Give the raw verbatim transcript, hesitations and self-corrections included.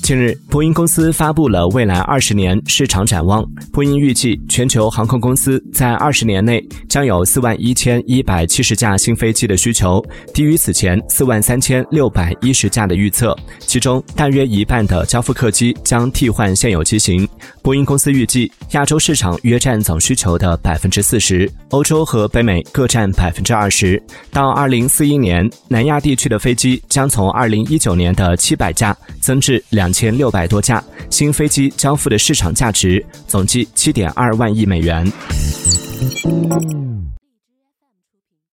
近日，波音公司发布了未来二十年市场展望。波音预计，全球航空公司在二十年内将有四万一千一百七十架新飞机的需求，低于此前四万三千六百一十架的预测。其中，大约一半的交付客机将替换现有机型。波音公司预计，亚洲市场约占总需求的百分之四十，欧洲和北美各占百分之二十。到二零四一年，南亚地区的飞机将从二零一九年的七百架增至两千六百多架，新飞机交付的市场价值总计七点二万亿美元。